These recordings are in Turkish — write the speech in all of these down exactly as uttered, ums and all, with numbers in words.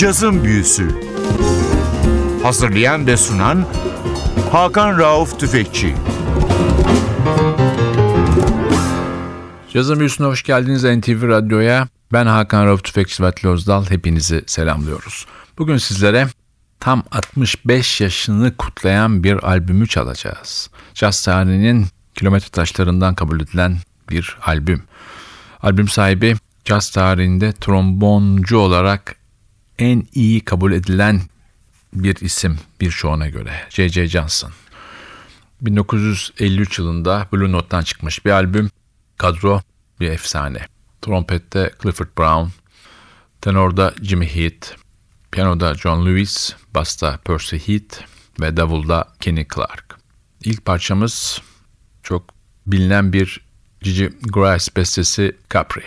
Cazın Büyüsü. Hazırlayan ve sunan Hakan Rauf Tüfekçi. Cazın Büyüsü'ne hoş geldiniz N T V Radyo'ya. Ben Hakan Rauf Tüfekçi Vatli Özdal. Hepinizi selamlıyoruz. Bugün sizlere tam altmış beş yaşını kutlayan bir albümü çalacağız. Caz tarihinin kilometre taşlarından kabul edilen bir albüm. Albüm sahibi caz tarihinde tromboncu olarak en iyi kabul edilen bir isim birçoğuna göre. J J Johnson. bin dokuz yüz elli üç yılında Blue Note'dan çıkmış bir albüm. Kadro bir efsane. Trompette Clifford Brown, tenorda Jimmy Heath, piyanoda John Lewis, basta Percy Heath ve davulda Kenny Clarke. İlk parçamız çok bilinen bir Gigi Grace bestesi Capri.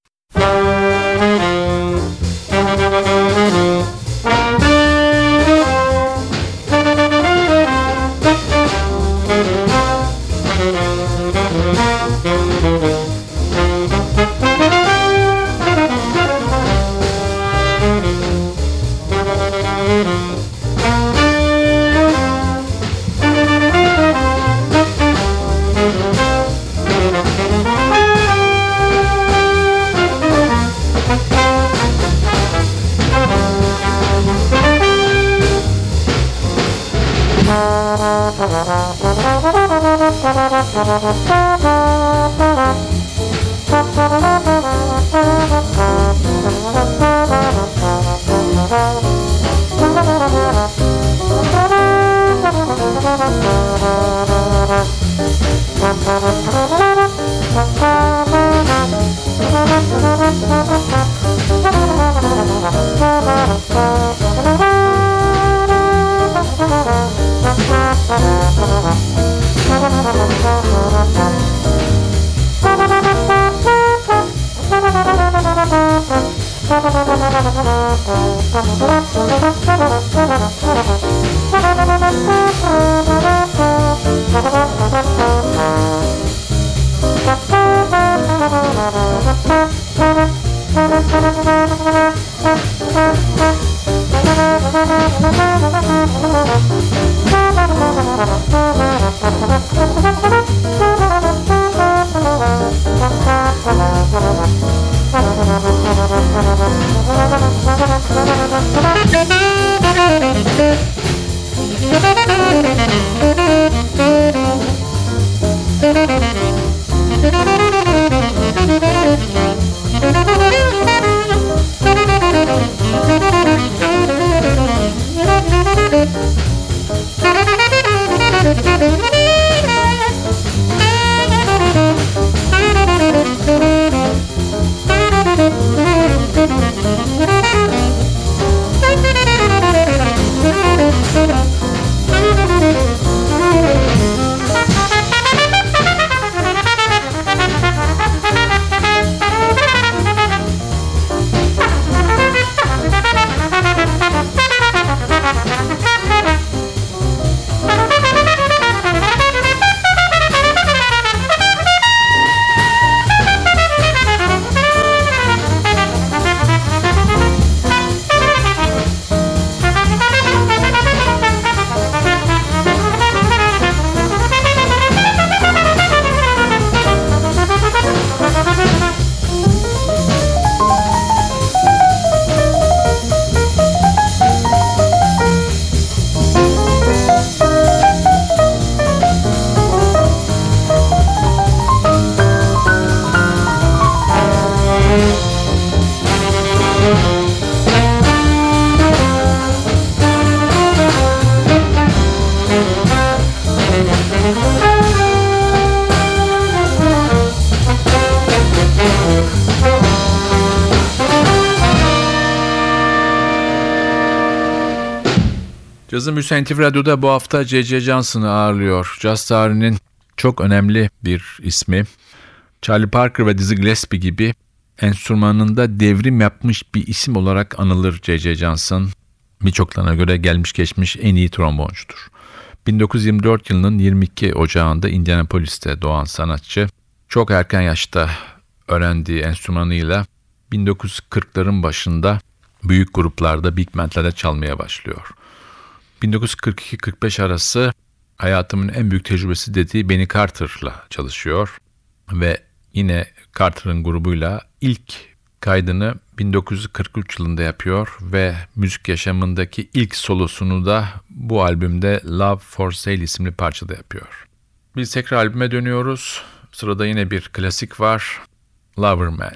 Cazın Büyüsü N T V Radyo'da bu hafta J J Johnson'ı ağırlıyor. Caz tarihinin çok önemli bir ismi. Charlie Parker ve Dizzy Gillespie gibi enstrümanında devrim yapmış bir isim olarak anılır J J Johnson. Birçoklarına göre gelmiş geçmiş en iyi tromboncudur. bin dokuz yüz yirmi dört yılının yirmi iki Ocağı'nda Indianapolis'te doğan sanatçı, çok erken yaşta öğrendiği enstrümanıyla bin dokuz yüz kırkların başında büyük gruplarda, big bandlerde çalmaya başlıyor. bin dokuz yüz kırk iki kırk beş arası hayatımın en büyük tecrübesi dediği Benny Carter'la çalışıyor ve yine Carter'ın grubuyla ilk kaydını bin dokuz yüz kırk üç yılında yapıyor ve müzik yaşamındaki ilk solosunu da bu albümde Love for Sale isimli parçada yapıyor. Biz tekrar albüme dönüyoruz. Sırada yine bir klasik var. Lover Man.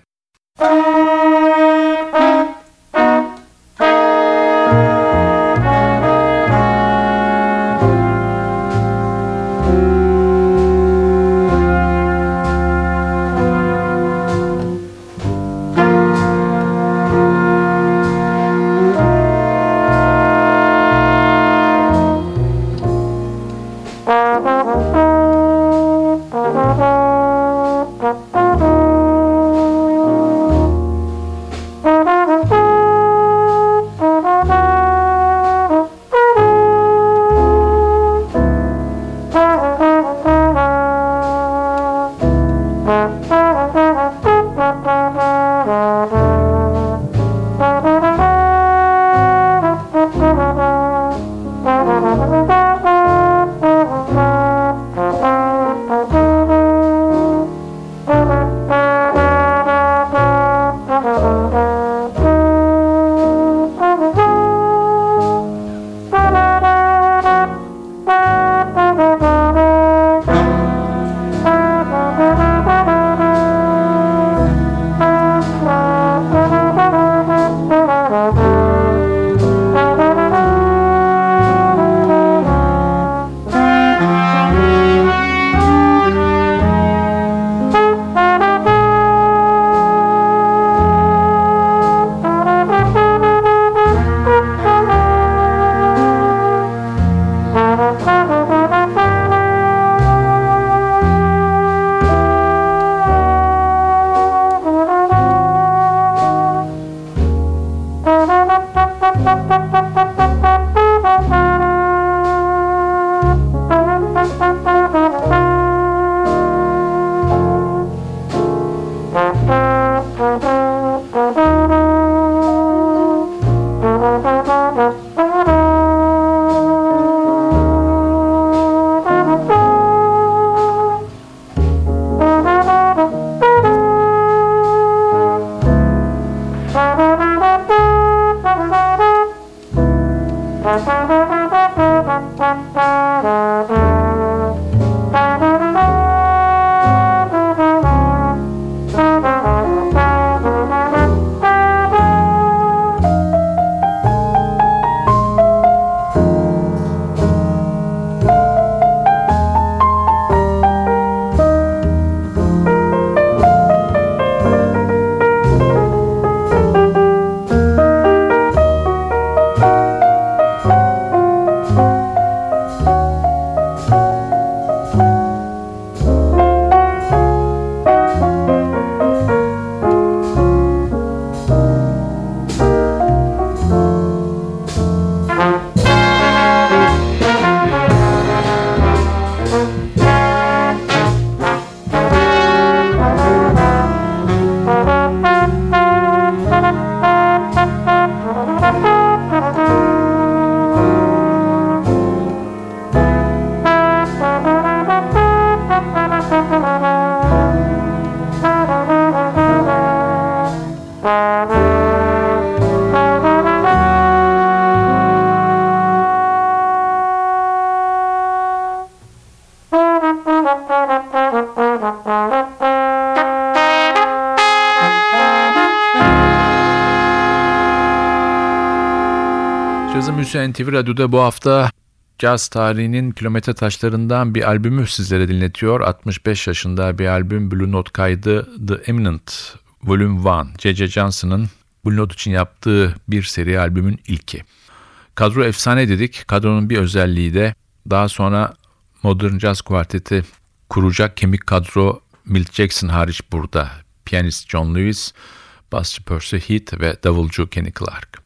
Cazı Müziği N T V Radyo'da bu hafta caz tarihinin kilometre taşlarından bir albümü sizlere dinletiyor. altmış beş yaşında bir albüm, Blue Note kaydı The Eminent Volume bir. C C Johnson'ın Blue Note için yaptığı bir seri albümün ilki. Kadro efsane dedik. Kadronun bir özelliği de daha sonra Modern Jazz Kuarteti kuracak kemik kadro, Milt Jackson hariç burada. Piyanist John Lewis, basçı Percy Heath ve davulcu Kenny Clark.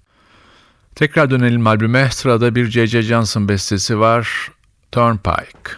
Tekrar dönelim albüme. Sırada bir C C Johnson bestesi var, Turnpike.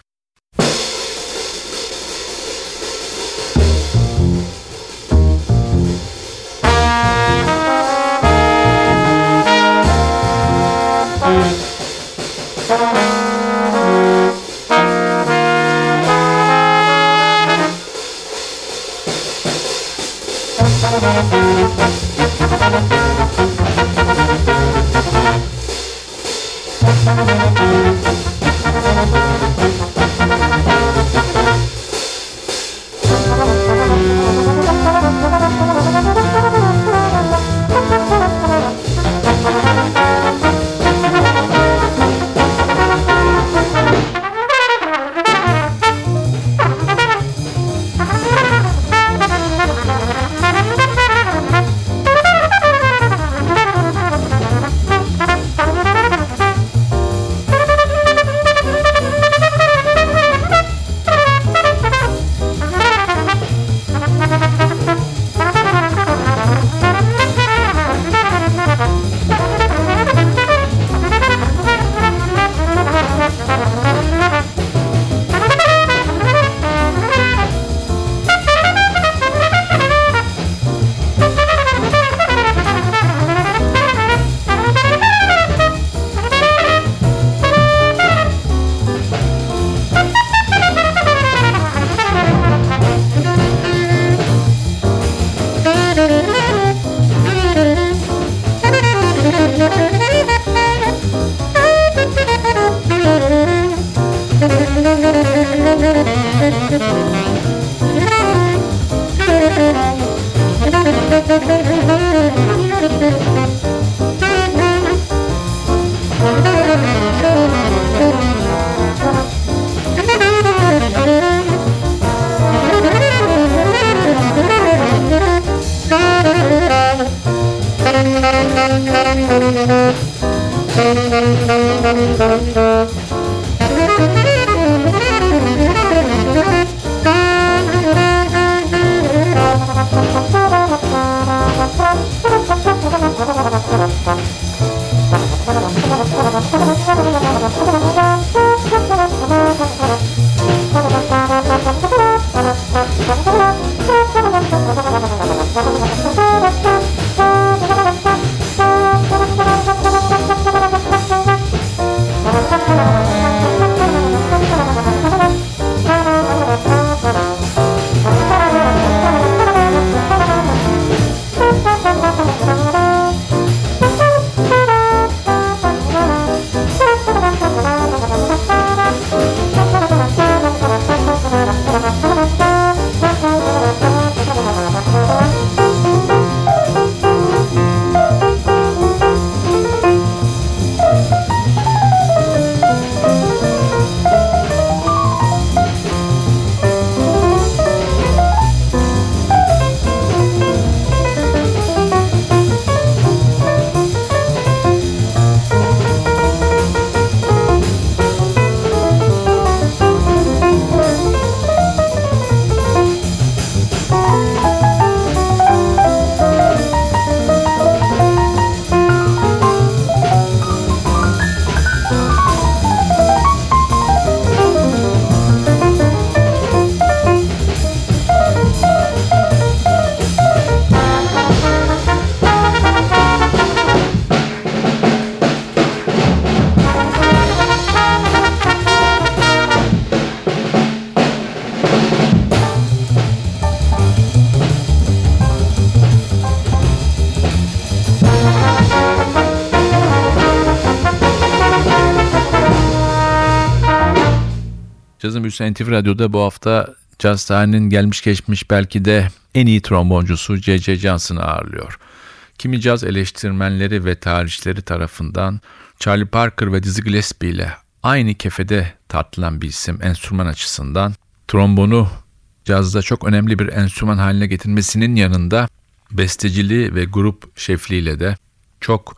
Cazın Büyüsü N T V Radyo'da bu hafta caz tarihinin gelmiş geçmiş belki de en iyi tromboncusu C C Johnson'ı ağırlıyor. Kimi caz eleştirmenleri ve tarihçileri tarafından Charlie Parker ve Dizzy Gillespie ile aynı kefede tartılan bir isim enstrüman açısından, trombonu cazda çok önemli bir enstrüman haline getirmesinin yanında besteciliği ve grup şefliğiyle de çok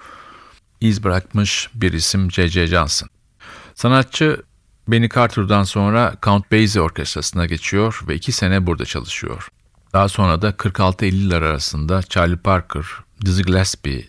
iz bırakmış bir isim C C Johnson. Sanatçı Benny Carter'dan sonra Count Basie Orkestrası'na geçiyor ve iki sene burada çalışıyor. Daha sonra da kırk altı elliler arasında Charlie Parker, Dizzy Gillespie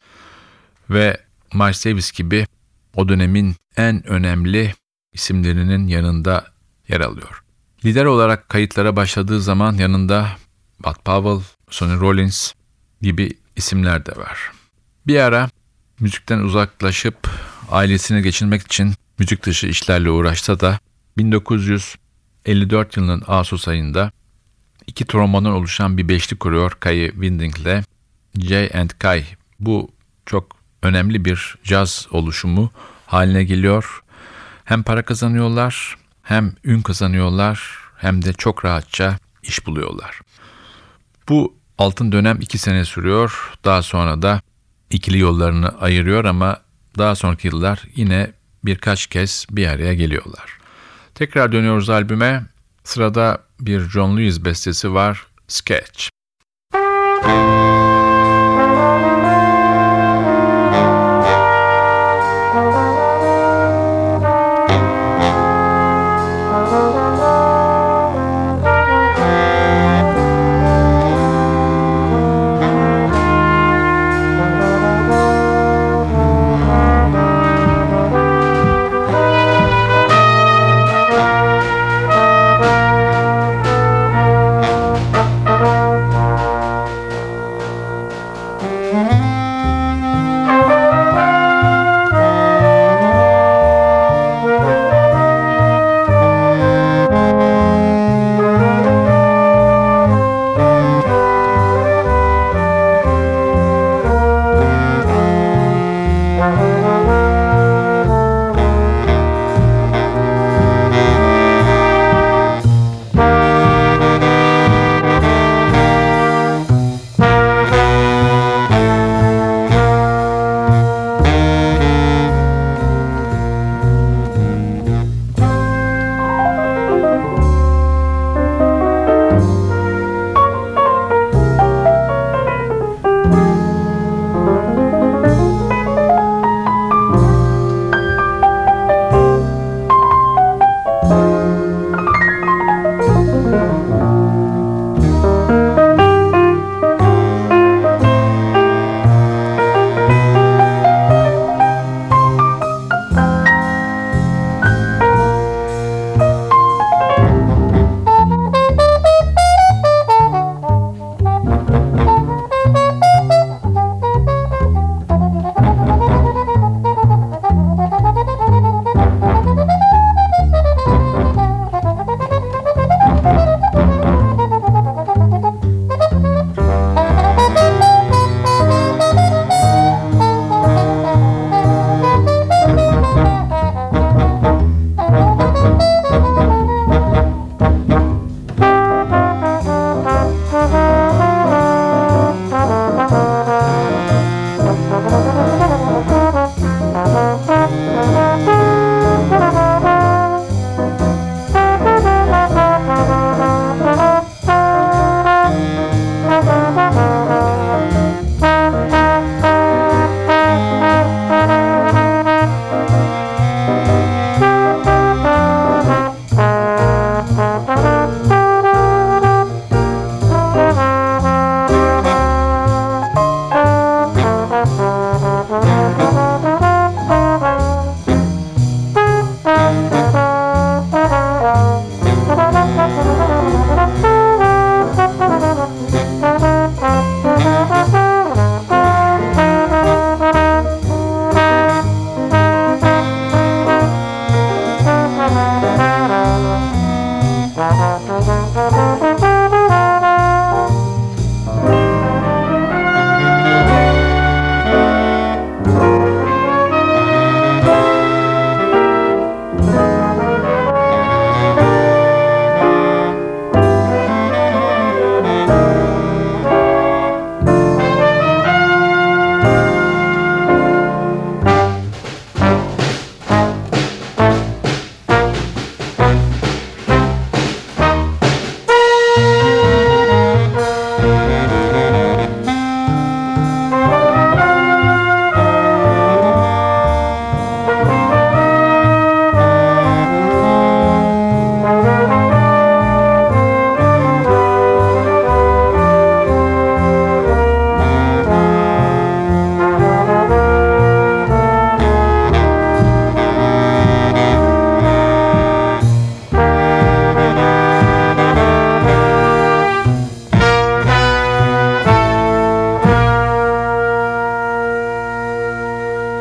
ve Miles Davis gibi o dönemin en önemli isimlerinin yanında yer alıyor. Lider olarak kayıtlara başladığı zaman yanında Bud Powell, Sonny Rollins gibi isimler de var. Bir ara müzikten uzaklaşıp ailesini geçinmek için müzik dışı işlerle uğraşsa da bin dokuz yüz elli dört yılının Ağustos ayında iki trombondan oluşan bir beşli kuruyor Kai Winding ile Jay and Kai. Bu çok önemli bir caz oluşumu haline geliyor. Hem para kazanıyorlar, hem ün kazanıyorlar, hem de çok rahatça iş buluyorlar. Bu altın dönem iki sene sürüyor. Daha sonra da ikili yollarını ayırıyor ama daha sonraki yıllar yine birkaç kez bir araya geliyorlar. Tekrar dönüyoruz albüme. Sırada bir John Lewis bestesi var, Sketch.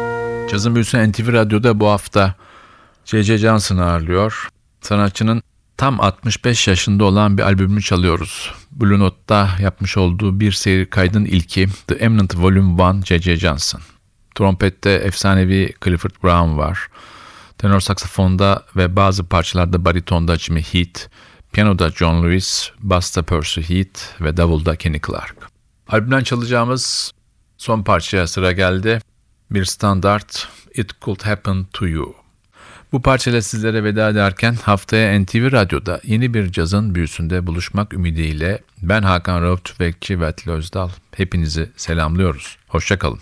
Cazın Büyüsü N T V Radyo'da bu hafta C C Johnson'ı ağırlıyor. Sanatçının tam altmış beş yaşında olan bir albümünü çalıyoruz. Blue Note'da yapmış olduğu bir seri kaydın ilki The Eminent Volume bir J J Johnson. Trompette efsanevi Clifford Brown var. Tenor saksafonda ve bazı parçalarda baritonda Jimmy Heath, piyanoda John Lewis, basta Percy Heath ve davulda Kenny Clark. Albümden çalacağımız son parçaya sıra geldi. Bir standart, It Could Happen To You. Bu parçayla sizlere veda ederken haftaya N T V Radyo'da yeni bir cazın büyüsünde buluşmak ümidiyle ben Hakan Rauf Tüfekçi ve Atilla Özdal hepinizi selamlıyoruz. Hoşça kalın.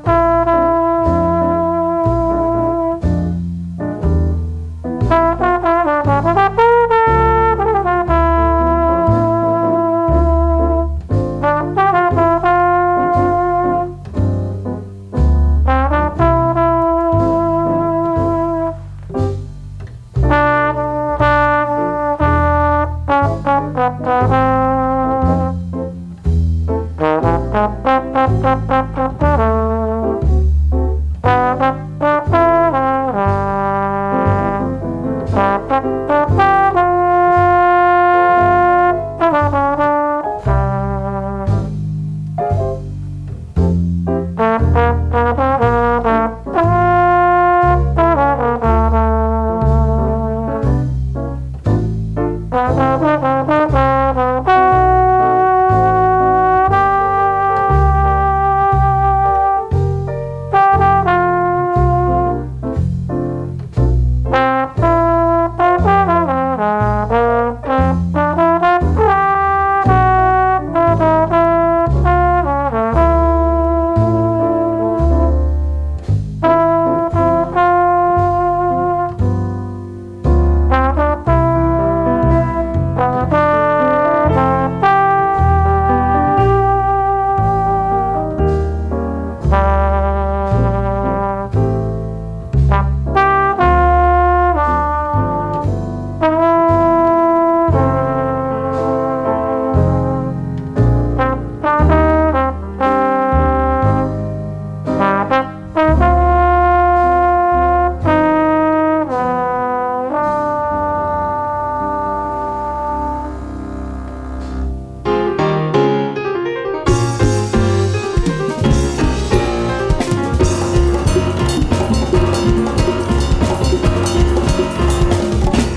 Thank you.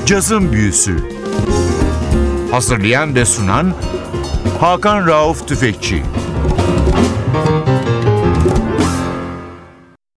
Cazın Büyüsü. Hazırlayan ve sunan Hakan Rauf Tüfekçi.